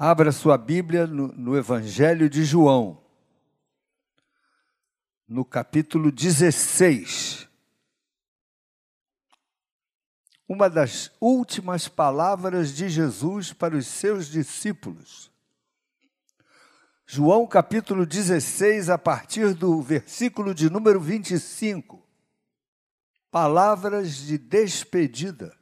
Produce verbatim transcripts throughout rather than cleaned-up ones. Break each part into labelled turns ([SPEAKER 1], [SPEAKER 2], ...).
[SPEAKER 1] Abra sua Bíblia no, no Evangelho de João, no capítulo dezesseis. Uma das últimas palavras de Jesus para os seus discípulos. João capítulo dezesseis, a partir do versículo de número vinte e cinco. Palavras de despedida.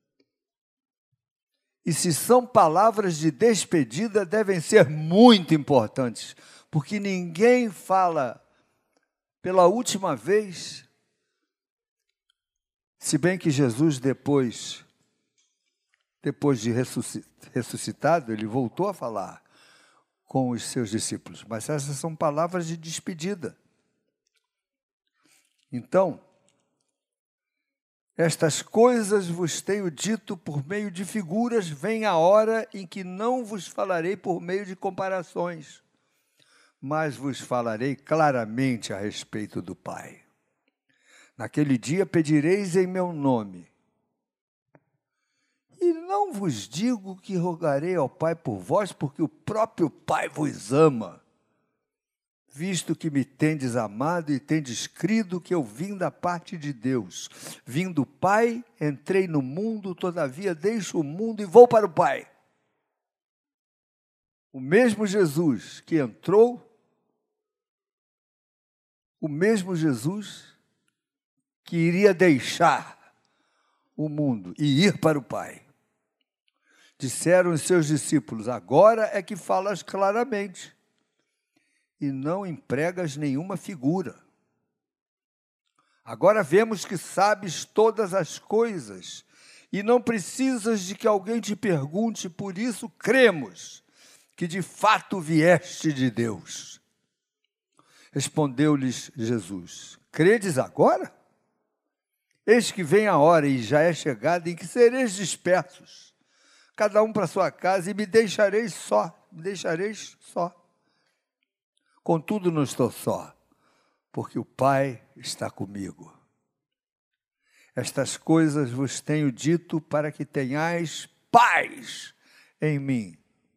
[SPEAKER 1] E se são palavras de despedida, devem ser muito importantes, porque ninguém fala pela última vez, se bem que Jesus depois, depois de ressuscitado, ele voltou a falar com os seus discípulos, mas essas são palavras de despedida. Então, estas coisas vos tenho dito por meio de figuras, vem a hora em que não vos falarei por meio de comparações, mas vos falarei claramente a respeito do Pai. Naquele dia pedireis em meu nome, e não vos digo que rogarei ao Pai por vós, porque o próprio Pai vos ama, visto que me tendes amado e tendes crido que eu vim da parte de Deus. Vim do Pai, entrei no mundo, todavia deixo o mundo e vou para o Pai. O mesmo Jesus que entrou, o mesmo Jesus que iria deixar o mundo e ir para o Pai. Disseram os seus discípulos, agora é que falas claramente, e não empregas nenhuma figura. Agora vemos que sabes todas as coisas e não precisas de que alguém te pergunte, por isso cremos que de fato vieste de Deus. Respondeu-lhes Jesus, credes agora? Eis que vem a hora e já é chegada em que sereis dispersos, cada um para sua casa, e me deixareis só, me deixareis só. Contudo, não estou só, porque o Pai está comigo. Estas coisas vos tenho dito para que tenhais paz em mim.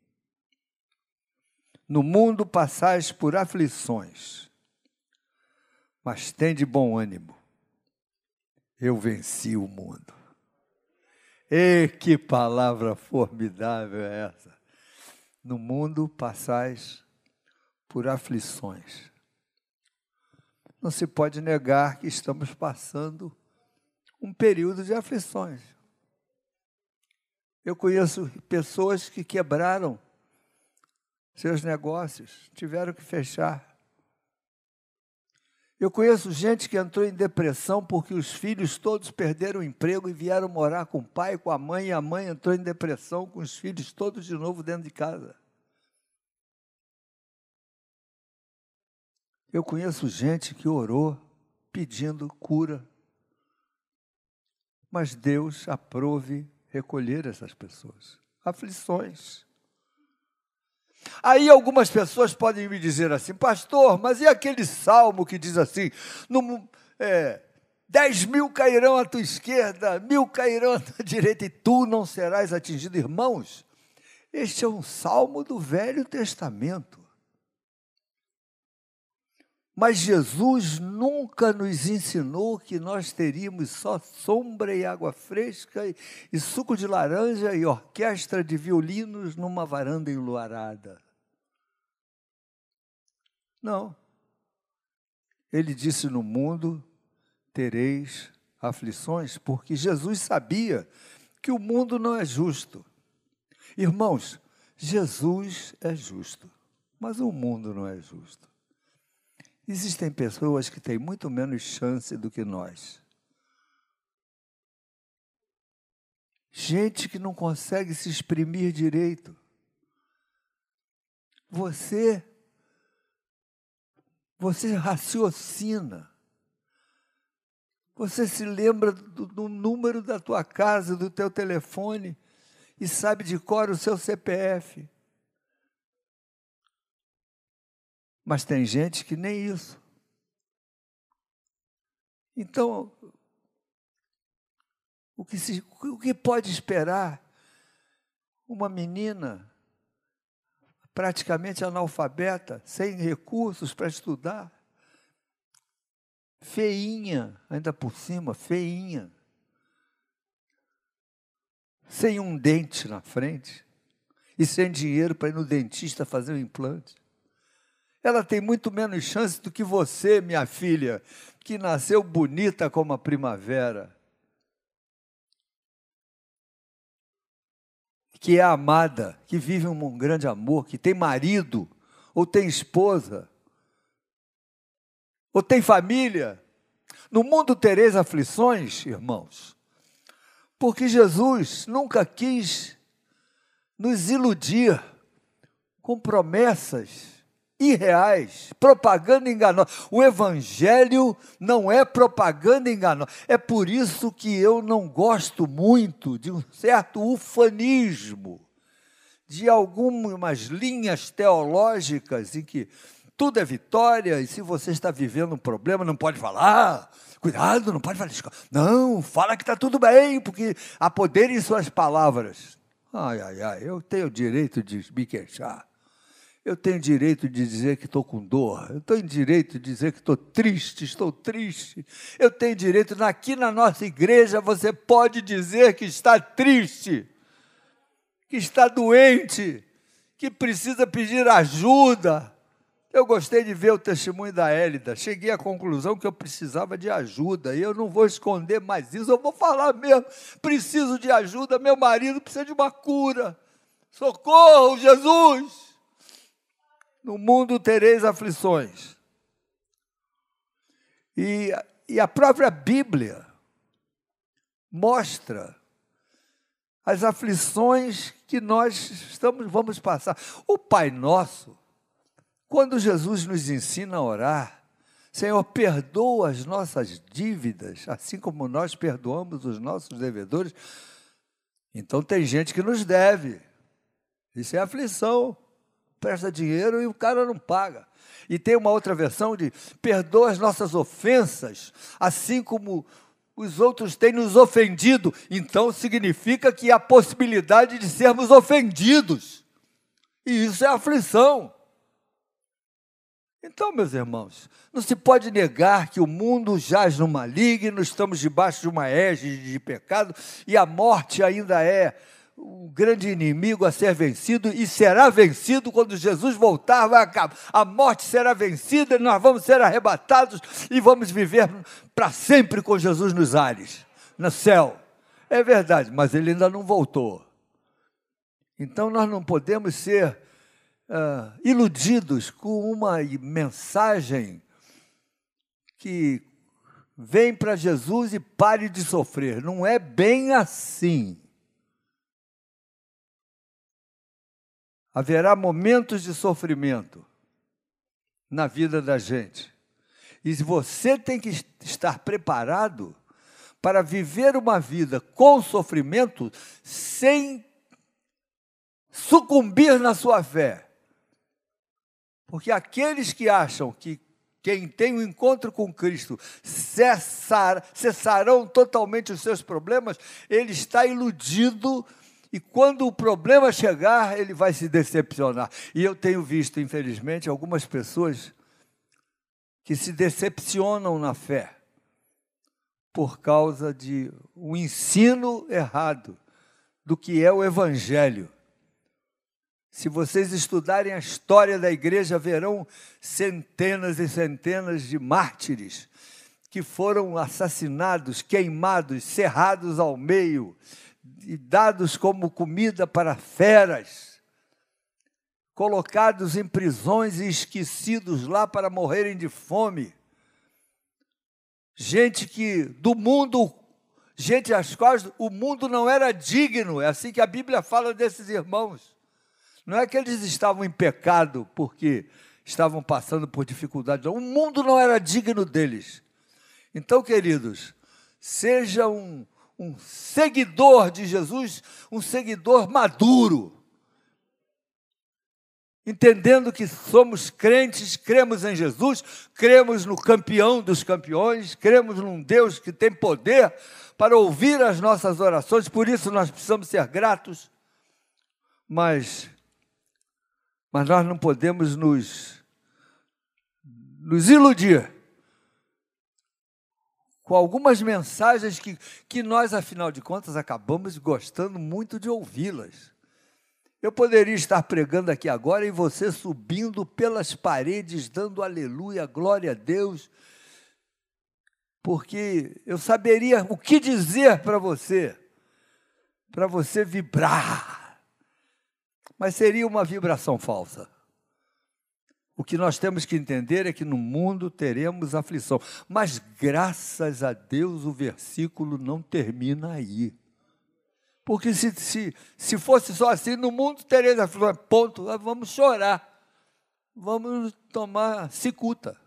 [SPEAKER 1] No mundo passais por aflições, mas tende bom ânimo. Eu venci o mundo. E que palavra formidável é essa! No mundo passais por aflições. Não se pode negar que estamos passando um período de aflições. Eu conheço pessoas que quebraram seus negócios, tiveram que fechar. Eu conheço gente que entrou em depressão porque os filhos todos perderam o emprego e vieram morar com o pai e com a mãe, e a mãe entrou em depressão com os filhos todos de novo dentro de casa. Eu conheço gente que orou pedindo cura, mas Deus aprove recolher essas pessoas. Aflições. Aí algumas pessoas podem me dizer assim, pastor, mas e aquele salmo que diz assim, no, é, dez mil cairão à tua esquerda, mil cairão à tua direita e tu não serás atingido. Irmãos, este é um salmo do Velho Testamento. Mas Jesus nunca nos ensinou que nós teríamos só sombra e água fresca e, e suco de laranja e orquestra de violinos numa varanda enluarada. Não. Ele disse, no mundo tereis aflições, porque Jesus sabia que o mundo não é justo. Irmãos, Jesus é justo, mas o mundo não é justo. Existem pessoas que têm muito menos chance do que nós. Gente que não consegue se exprimir direito. Você, você raciocina. Você se lembra do, do número da tua casa, do teu telefone, e sabe de cor o seu C P F. Mas tem gente que nem isso. Então, o que, se, o que pode esperar uma menina praticamente analfabeta, sem recursos para estudar, feinha, ainda por cima, feinha, sem um dente na frente e sem dinheiro para ir no dentista fazer um implante. Ela tem muito menos chance do que você, minha filha, que nasceu bonita como a primavera, que é amada, que vive um grande amor, que tem marido, ou tem esposa, ou tem família. No mundo tereis aflições, irmãos, porque Jesus nunca quis nos iludir com promessas irreais, propaganda enganosa. O Evangelho não é propaganda enganosa. É por isso que eu não gosto muito de um certo ufanismo, de algumas linhas teológicas em que tudo é vitória, e se você está vivendo um problema, não pode falar, cuidado, não pode falar, não, fala que está tudo bem, porque há poder em suas palavras. Ai, ai, ai, eu tenho o direito de me queixar. Eu tenho direito de dizer que estou com dor. Eu tenho direito de dizer que estou triste, estou triste. Eu tenho direito, aqui na nossa igreja, você pode dizer que está triste, que está doente, que precisa pedir ajuda. Eu gostei de ver o testemunho da Hélida. Cheguei à conclusão que eu precisava de ajuda. E eu não vou esconder mais isso, eu vou falar mesmo. Preciso de ajuda, meu marido precisa de uma cura. Socorro, Jesus! No mundo tereis aflições. E, e a própria Bíblia mostra as aflições que nós estamos, vamos passar. O Pai Nosso, quando Jesus nos ensina a orar, Senhor, perdoa as nossas dívidas, assim como nós perdoamos os nossos devedores. Então tem gente que nos deve. Isso é aflição. Presta dinheiro e o cara não paga. E tem uma outra versão de perdoa as nossas ofensas, assim como os outros têm nos ofendido. Então significa que há possibilidade de sermos ofendidos. E isso é aflição. Então, meus irmãos, não se pode negar que o mundo jaz no maligno, estamos debaixo de uma égide de pecado, e a morte ainda é o grande inimigo a ser vencido, e será vencido quando Jesus voltar, vai acabar. A morte será vencida, nós vamos ser arrebatados e vamos viver para sempre com Jesus nos ares, no céu. É verdade, mas ele ainda não voltou. Então nós não podemos ser uh, iludidos com uma mensagem que vem para Jesus e pare de sofrer. Não é bem assim. Haverá momentos de sofrimento na vida da gente. E você tem que estar preparado para viver uma vida com sofrimento sem sucumbir na sua fé. Porque aqueles que acham que quem tem um encontro com Cristo cessar, cessarão totalmente os seus problemas, ele está iludido. E quando o problema chegar, ele vai se decepcionar. E eu tenho visto, infelizmente, algumas pessoas que se decepcionam na fé por causa de um ensino errado do que é o Evangelho. Se vocês estudarem a história da igreja, verão centenas e centenas de mártires que foram assassinados, queimados, cerrados ao meio, e dados como comida para feras, colocados em prisões e esquecidos lá para morrerem de fome. Gente que do mundo, gente às quais o mundo não era digno, é assim que a Bíblia fala desses irmãos. Não é que eles estavam em pecado porque estavam passando por dificuldades, não. O mundo não era digno deles. Então, queridos, seja um um seguidor de Jesus, um seguidor maduro, entendendo que somos crentes, cremos em Jesus, cremos no campeão dos campeões, cremos num Deus que tem poder para ouvir as nossas orações, por isso nós precisamos ser gratos, mas, Mas nós não podemos nos, nos iludir com algumas mensagens que, que nós, afinal de contas, acabamos gostando muito de ouvi-las. Eu poderia estar pregando aqui agora e você subindo pelas paredes, dando aleluia, glória a Deus, porque eu saberia o que dizer para você, para você vibrar, mas seria uma vibração falsa. O que nós temos que entender é que no mundo teremos aflição, mas graças a Deus o versículo não termina aí. Porque se, se, se fosse só assim, no mundo tereis aflição, ponto, vamos chorar, vamos tomar cicuta,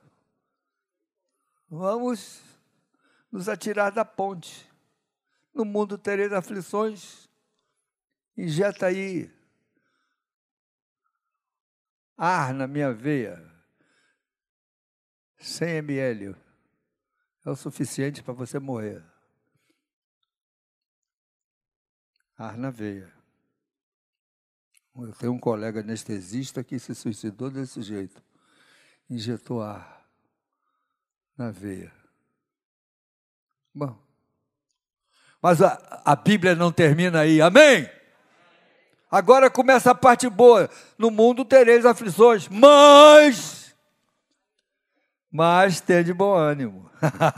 [SPEAKER 1] vamos nos atirar da ponte. No mundo tereis aflições, injeta aí ar na minha veia, cem mililitros, é o suficiente para você morrer. Ar na veia. Eu tenho um colega anestesista que se suicidou desse jeito. Injetou ar na veia. Bom, mas a, a Bíblia não termina aí, amém? Agora começa a parte boa. No mundo tereis aflições, mas, mas tem de bom ânimo.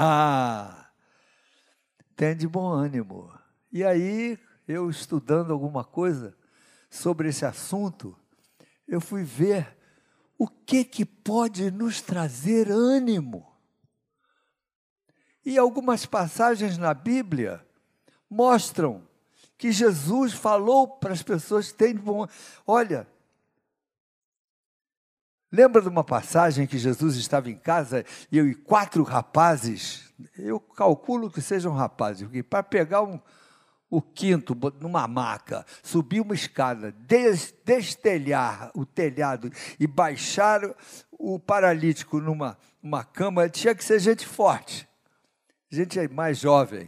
[SPEAKER 1] Tem de bom ânimo. E aí, eu estudando alguma coisa sobre esse assunto, eu fui ver o que, que pode nos trazer ânimo. E algumas passagens na Bíblia mostram que Jesus falou para as pessoas que têm bom... Olha, lembra de uma passagem que Jesus estava em casa e eu e quatro rapazes, eu calculo que sejam rapazes, porque para pegar um, o quinto numa maca, subir uma escada, des, destelhar o telhado e baixar o paralítico numa uma cama, tinha que ser gente forte, gente mais jovem.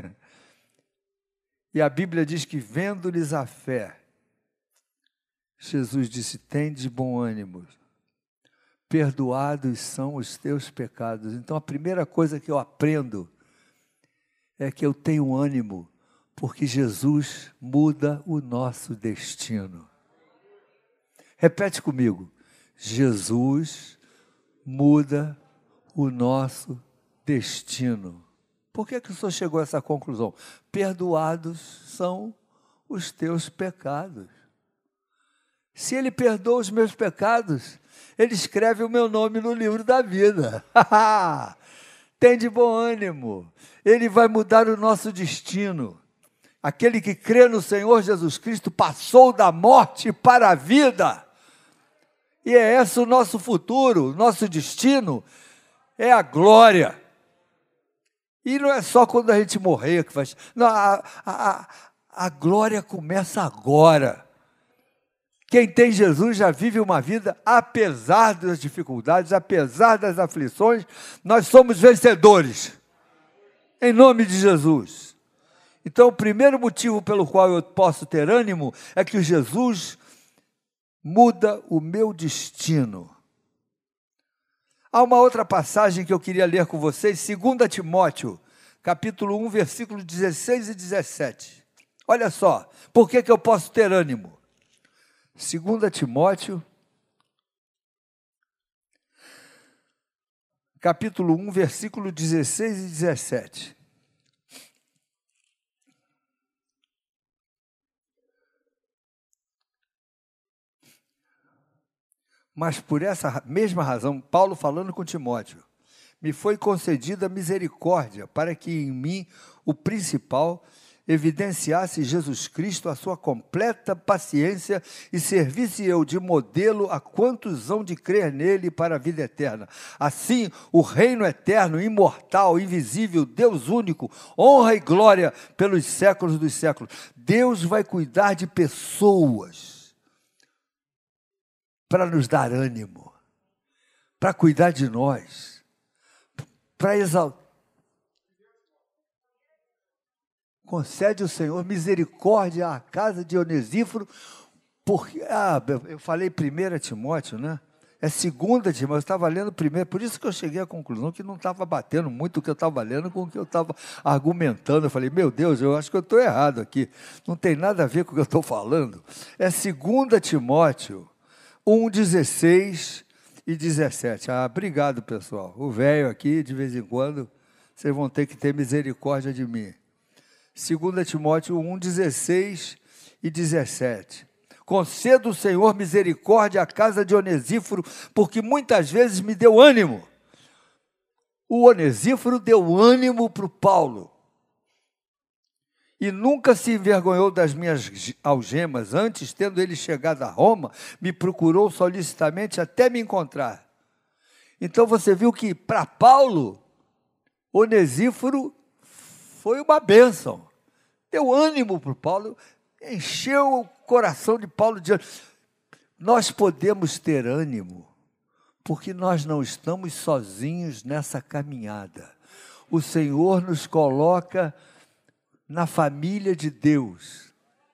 [SPEAKER 1] E a Bíblia diz que, vendo-lhes a fé, Jesus disse, tende bom ânimo, perdoados são os teus pecados. Então, a primeira coisa que eu aprendo é que eu tenho ânimo, porque Jesus muda o nosso destino. Repete comigo, Jesus muda o nosso destino. Por que que o senhor chegou a essa conclusão? Perdoados são os teus pecados. Se ele perdoa os meus pecados, ele escreve o meu nome no livro da vida. Tem de bom ânimo. Ele vai mudar o nosso destino. Aquele que crê no Senhor Jesus Cristo passou da morte para a vida. E é esse o nosso futuro, nosso destino é a glória. E não é só quando a gente morrer que vai... Não, a, a, a glória começa agora. Quem tem Jesus já vive uma vida, apesar das dificuldades, apesar das aflições, nós somos vencedores. Em nome de Jesus. Então, o primeiro motivo pelo qual eu posso ter ânimo é que Jesus muda o meu destino. Há uma outra passagem que eu queria ler com vocês, Segunda Timóteo, capítulo um, versículos dezesseis e dezessete. Olha só, por que que eu posso ter ânimo? Segunda Timóteo, capítulo um, versículos dezesseis e dezessete. Mas por essa mesma razão, Paulo falando com Timóteo, me foi concedida misericórdia para que em mim o principal evidenciasse Jesus Cristo a sua completa paciência e servisse eu de modelo a quantos hão de crer nele para a vida eterna. Assim, o reino eterno, imortal, invisível, Deus único, honra e glória pelos séculos dos séculos. Deus vai cuidar de pessoas para nos dar ânimo, para cuidar de nós, para exaltar. Concede o Senhor misericórdia à casa de Onesíforo, Porque, ah, eu falei primeira Timóteo, né? É segunda Timóteo, eu estava lendo primeiro, por isso que eu cheguei à conclusão que não estava batendo muito o que eu estava lendo com o que eu estava argumentando. Eu falei, meu Deus, eu acho que eu estou errado aqui. Não tem nada a ver com o que eu estou falando. É segunda Timóteo um, dezesseis e dezessete. Ah, obrigado, pessoal. O velho aqui, de vez em quando, vocês vão ter que ter misericórdia de mim. segunda Timóteo um, dezesseis e dezessete. Conceda o Senhor misericórdia à casa de Onesíforo, porque muitas vezes me deu ânimo. O Onesíforo deu ânimo para o Paulo. E nunca se envergonhou das minhas algemas. Antes, tendo ele chegado a Roma, me procurou solicitamente até me encontrar. Então você viu que para Paulo, Onesíforo foi uma bênção. Deu ânimo para o Paulo, encheu o coração de Paulo de ânimo. Nós podemos ter ânimo, porque nós não estamos sozinhos nessa caminhada. O Senhor nos coloca na família de Deus.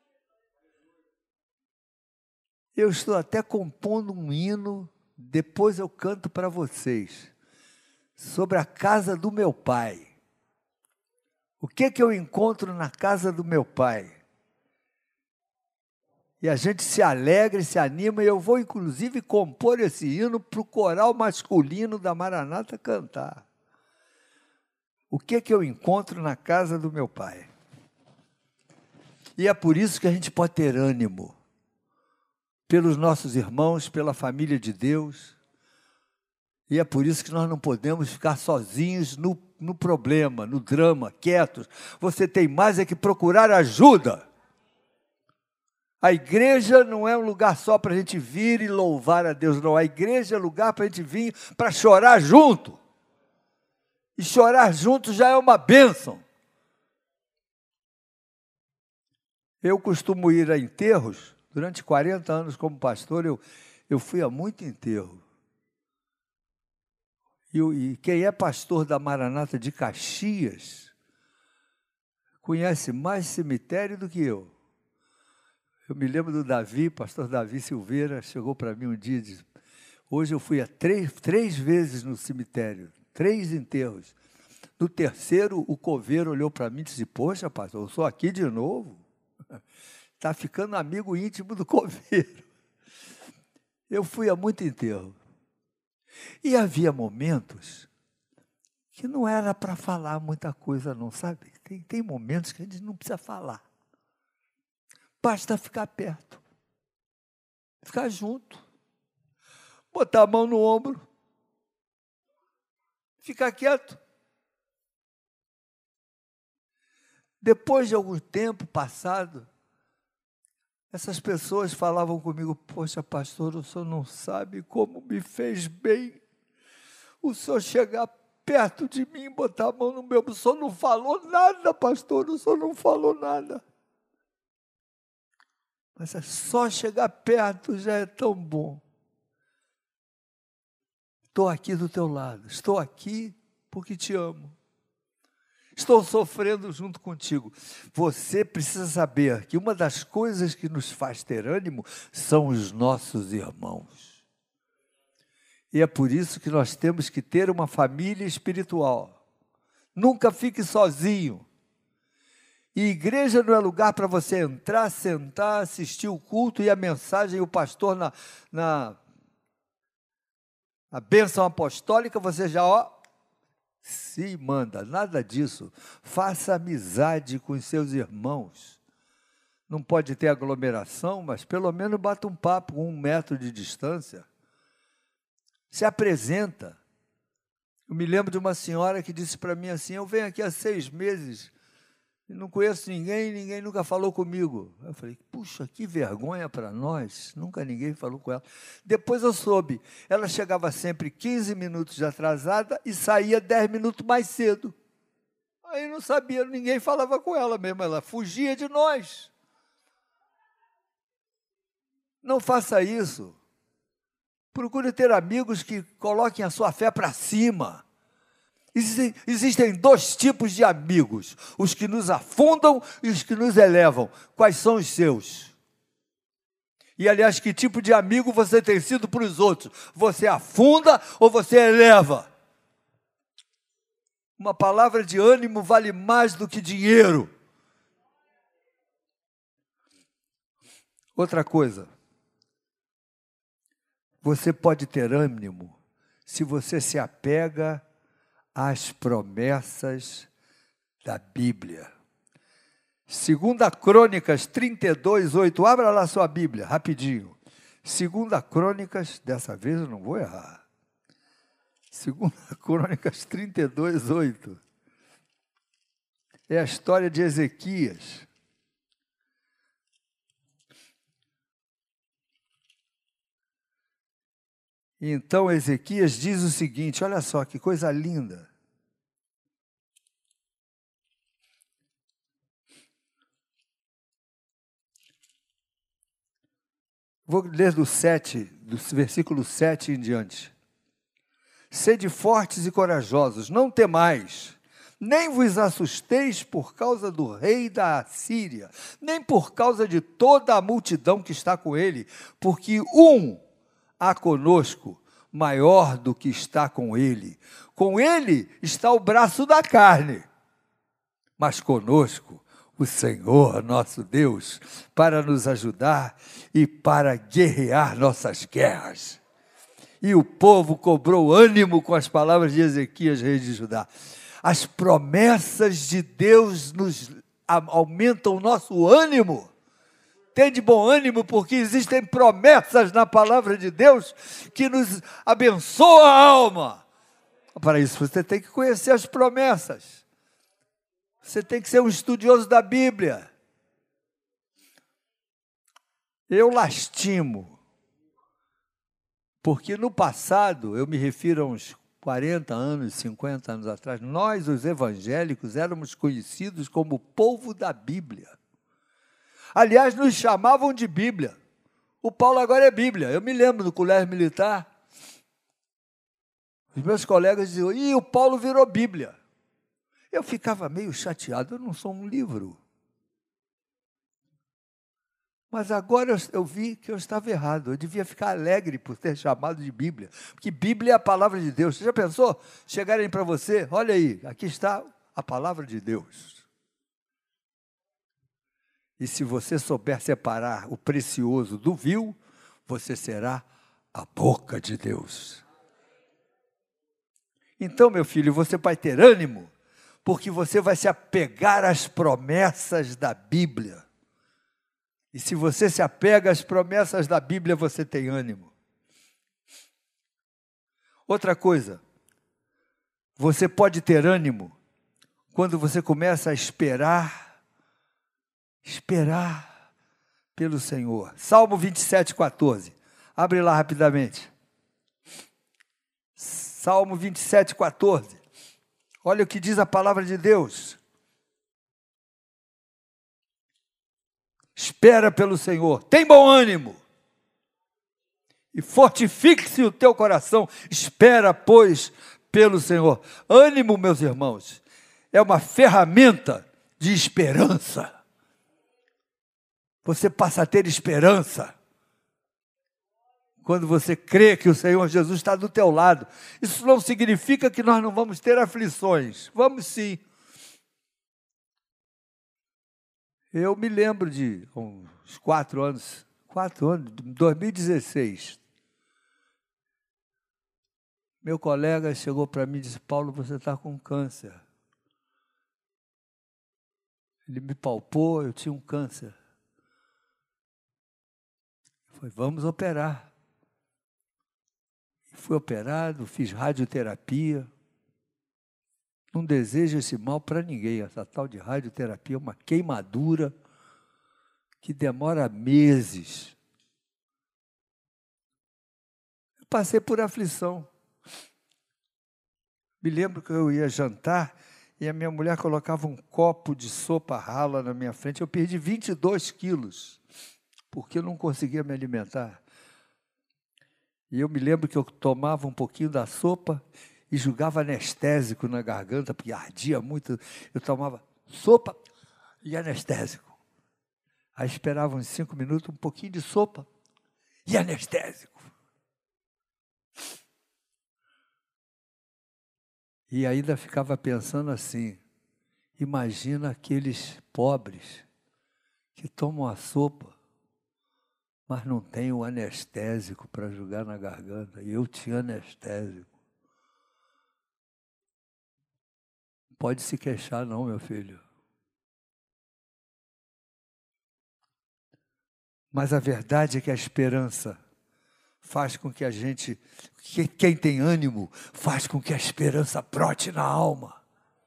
[SPEAKER 1] Eu estou até compondo um hino, depois eu canto para vocês, sobre a casa do meu pai. O que que eu encontro na casa do meu pai? E a gente se alegra e se anima, e eu vou, inclusive, compor esse hino para o coral masculino da Maranata cantar. O que que eu encontro na casa do meu pai? E é por isso que a gente pode ter ânimo, pelos nossos irmãos, pela família de Deus, e é por isso que nós não podemos ficar sozinhos no, no problema, no drama, quietos. Você tem mais é que procurar ajuda. A igreja não é um lugar só para a gente vir e louvar a Deus, não. A igreja é lugar para a gente vir para chorar junto. E chorar junto já é uma bênção. Eu costumo ir a enterros. Durante quarenta anos como pastor, eu, eu fui a muito enterro. E, e quem é pastor da Maranata de Caxias conhece mais cemitério do que eu. Eu me lembro do Davi, pastor Davi Silveira, chegou para mim um dia e disse, hoje eu fui a três, três vezes no cemitério, três enterros. No terceiro, o coveiro olhou para mim e disse, poxa, pastor, eu sou aqui de novo. Está ficando amigo íntimo do coveiro. Eu fui a muito enterro. E havia momentos que não era para falar muita coisa não, sabe? Tem, tem momentos que a gente não precisa falar. Basta ficar perto, ficar junto, botar a mão no ombro, ficar quieto. Depois de algum tempo passado, essas pessoas falavam comigo, poxa, pastor, o senhor não sabe como me fez bem o senhor chegar perto de mim e botar a mão no meu, o senhor não falou nada, pastor, o senhor não falou nada. Mas é só chegar perto já é tão bom. Estou aqui do teu lado, estou aqui porque te amo. Estou sofrendo junto contigo. Você precisa saber que uma das coisas que nos faz ter ânimo são os nossos irmãos. E é por isso que nós temos que ter uma família espiritual. Nunca fique sozinho. E igreja não é lugar para você entrar, sentar, assistir o culto e a mensagem, e o pastor na, na, na bênção apostólica, você já, ó, se manda. Nada disso. Faça amizade com os seus irmãos. Não pode ter aglomeração, mas pelo menos bata um papo com um metro de distância. Se apresenta. Eu me lembro de uma senhora que disse para mim assim, eu venho aqui há seis meses... não conheço ninguém, ninguém nunca falou comigo. Eu falei, puxa, que vergonha para nós, nunca ninguém falou com ela. Depois eu soube, ela chegava sempre quinze minutos atrasada e saía dez minutos mais cedo. Aí não sabia, ninguém falava com ela mesmo, ela fugia de nós. Não faça isso. Procure ter amigos que coloquem a sua fé para cima. Existem, existem dois tipos de amigos, os que nos afundam e os que nos elevam. Quais são os seus? E, aliás, que tipo de amigo você tem sido para os outros? Você afunda ou você eleva? Uma palavra de ânimo vale mais do que dinheiro. Outra coisa, você pode ter ânimo se você se apega às promessas da Bíblia. Segunda Crônicas trinta e dois, oito. Abra lá sua Bíblia, rapidinho. Segunda Crônicas, dessa vez eu não vou errar. Segunda Crônicas trinta e dois, oito. É a história de Ezequias. Então Ezequias diz o seguinte, olha só que coisa linda. Vou ler do sete, do versículo sete em diante. Sede fortes e corajosos, não temais, nem vos assusteis por causa do rei da Síria, nem por causa de toda a multidão que está com ele, porque um há conosco maior do que está com ele. Com ele está o braço da carne, mas conosco o Senhor nosso Deus, para nos ajudar e para guerrear nossas guerras. E o povo cobrou ânimo com as palavras de Ezequias, rei de Judá. As promessas de Deus nos aumentam o nosso ânimo. Tem de bom ânimo, porque existem promessas na palavra de Deus que nos abençoam a alma. Para isso, você tem que conhecer as promessas. Você tem que ser um estudioso da Bíblia. Eu lastimo, porque no passado, eu me refiro a uns quarenta anos, cinquenta anos atrás, nós, os evangélicos, éramos conhecidos como o povo da Bíblia. Aliás, nos chamavam de Bíblia. O Paulo agora é Bíblia. Eu me lembro do colégio militar, os meus colegas diziam, ih, o Paulo virou Bíblia. Eu ficava meio chateado, eu não sou um livro. Mas agora eu, eu vi que eu estava errado, eu devia ficar alegre por ter chamado de Bíblia, porque Bíblia é a palavra de Deus. Você já pensou? Chegarem para você, olha aí, aqui está a palavra de Deus. E se você souber separar o precioso do vil, você será a boca de Deus. Então, meu filho, você vai ter ânimo, porque você vai se apegar às promessas da Bíblia. E se você se apega às promessas da Bíblia, você tem ânimo. Outra coisa, você pode ter ânimo quando você começa a esperar, esperar pelo Senhor. Salmo vinte e sete, quatorze. Abre lá rapidamente. Salmo vinte e sete, quatorze. Olha o que diz a palavra de Deus. Espera pelo Senhor, tem bom ânimo e fortifique-se o teu coração. Espera, pois, pelo Senhor. Ânimo, meus irmãos, é uma ferramenta de esperança. Você passa a ter esperança quando você crê que o Senhor Jesus está do teu lado. Isso não significa que nós não vamos ter aflições. Vamos sim. Eu me lembro de uns quatro anos, quatro anos, dois mil e dezesseis. Meu colega chegou para mim e disse, Paulo, você está com câncer. Ele me palpou, eu tinha um câncer. Foi, vamos operar. Fui operado, fiz radioterapia. Não desejo esse mal para ninguém. Essa tal de radioterapia é uma queimadura que demora meses. Eu passei por aflição. Me lembro que eu ia jantar e a minha mulher colocava um copo de sopa rala na minha frente. Eu perdi vinte e dois quilos, porque eu não conseguia me alimentar. E eu me lembro que eu tomava um pouquinho da sopa e jogava anestésico na garganta, porque ardia muito. Eu tomava sopa e anestésico. Aí esperava uns cinco minutos, um pouquinho de sopa, e anestésico. E ainda ficava pensando assim, imagina aqueles pobres que tomam a sopa, mas não tem o anestésico para jogar na garganta. E eu tinha anestésico. Pode se queixar não, meu filho. Mas a verdade é que a esperança faz com que a gente, que quem tem ânimo, faz com que a esperança brote na alma.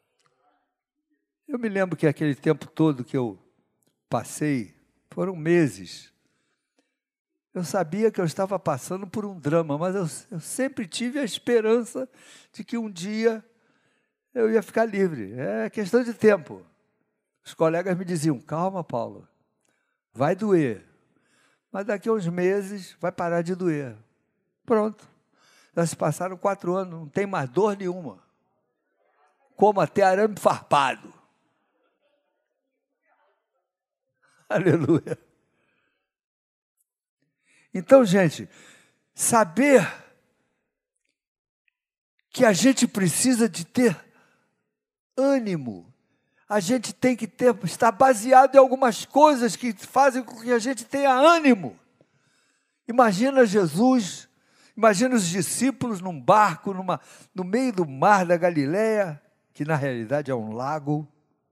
[SPEAKER 1] Eu me lembro que aquele tempo todo que eu passei, foram meses, eu sabia que eu estava passando por um drama, mas eu, eu sempre tive a esperança de que um dia eu ia ficar livre. É questão de tempo. Os colegas me diziam, calma, Paulo, vai doer. Mas daqui a uns meses vai parar de doer. Pronto. Já se passaram quatro anos, não tem mais dor nenhuma. Como até arame farpado. Aleluia. Então, gente, saber que a gente precisa de ter ânimo, a gente tem que ter, estar baseado em algumas coisas que fazem com que a gente tenha ânimo. Imagina Jesus, imagina os discípulos num barco, numa, no meio do mar da Galileia, que na realidade é um lago,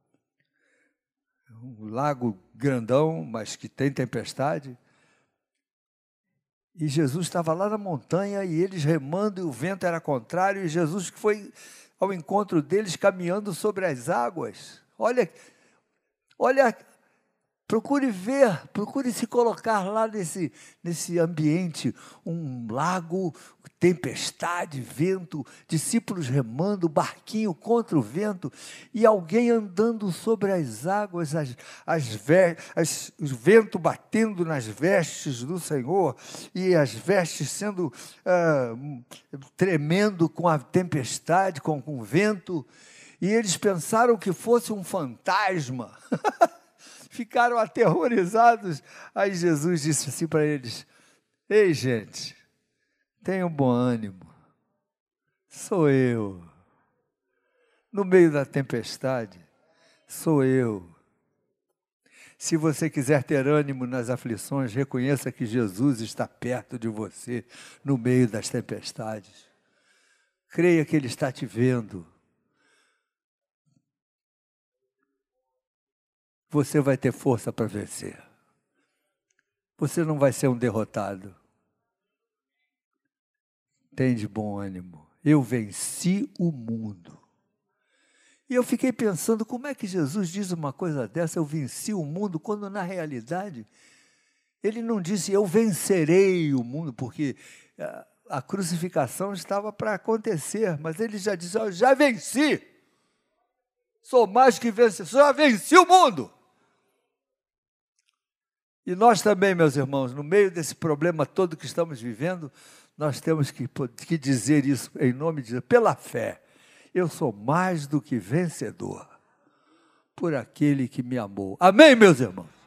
[SPEAKER 1] um lago grandão, mas que tem tempestade. E Jesus estava lá na montanha e eles remando e o vento era contrário e Jesus foi ao encontro deles caminhando sobre as águas. Olha, olha, procure ver, procure se colocar lá nesse, nesse ambiente, um lago, tempestade, vento, discípulos remando, barquinho contra o vento, e alguém andando sobre as águas, as, as, as, o vento batendo nas vestes do Senhor, e as vestes sendo ah, tremendo com a tempestade, com, com o vento, e eles pensaram que fosse um fantasma. Ficaram aterrorizados. Aí Jesus disse assim para eles, ei, gente, tenham bom ânimo, sou eu. No meio da tempestade, sou eu. Se você quiser ter ânimo nas aflições, reconheça que Jesus está perto de você, no meio das tempestades. Creia que Ele está te vendo. Você vai ter força para vencer. Você não vai ser um derrotado. Tem de bom ânimo. Eu venci o mundo. E eu fiquei pensando, como é que Jesus diz uma coisa dessa, eu venci o mundo, quando na realidade, Ele não disse, eu vencerei o mundo, porque a, a crucificação estava para acontecer, mas Ele já disse, eu já venci. Sou mais que vencedor, já venci o mundo. E nós também, meus irmãos, no meio desse problema todo que estamos vivendo, nós temos que, que dizer isso em nome de Deus, pela fé. Eu sou mais do que vencedor por aquele que me amou. Amém, meus irmãos?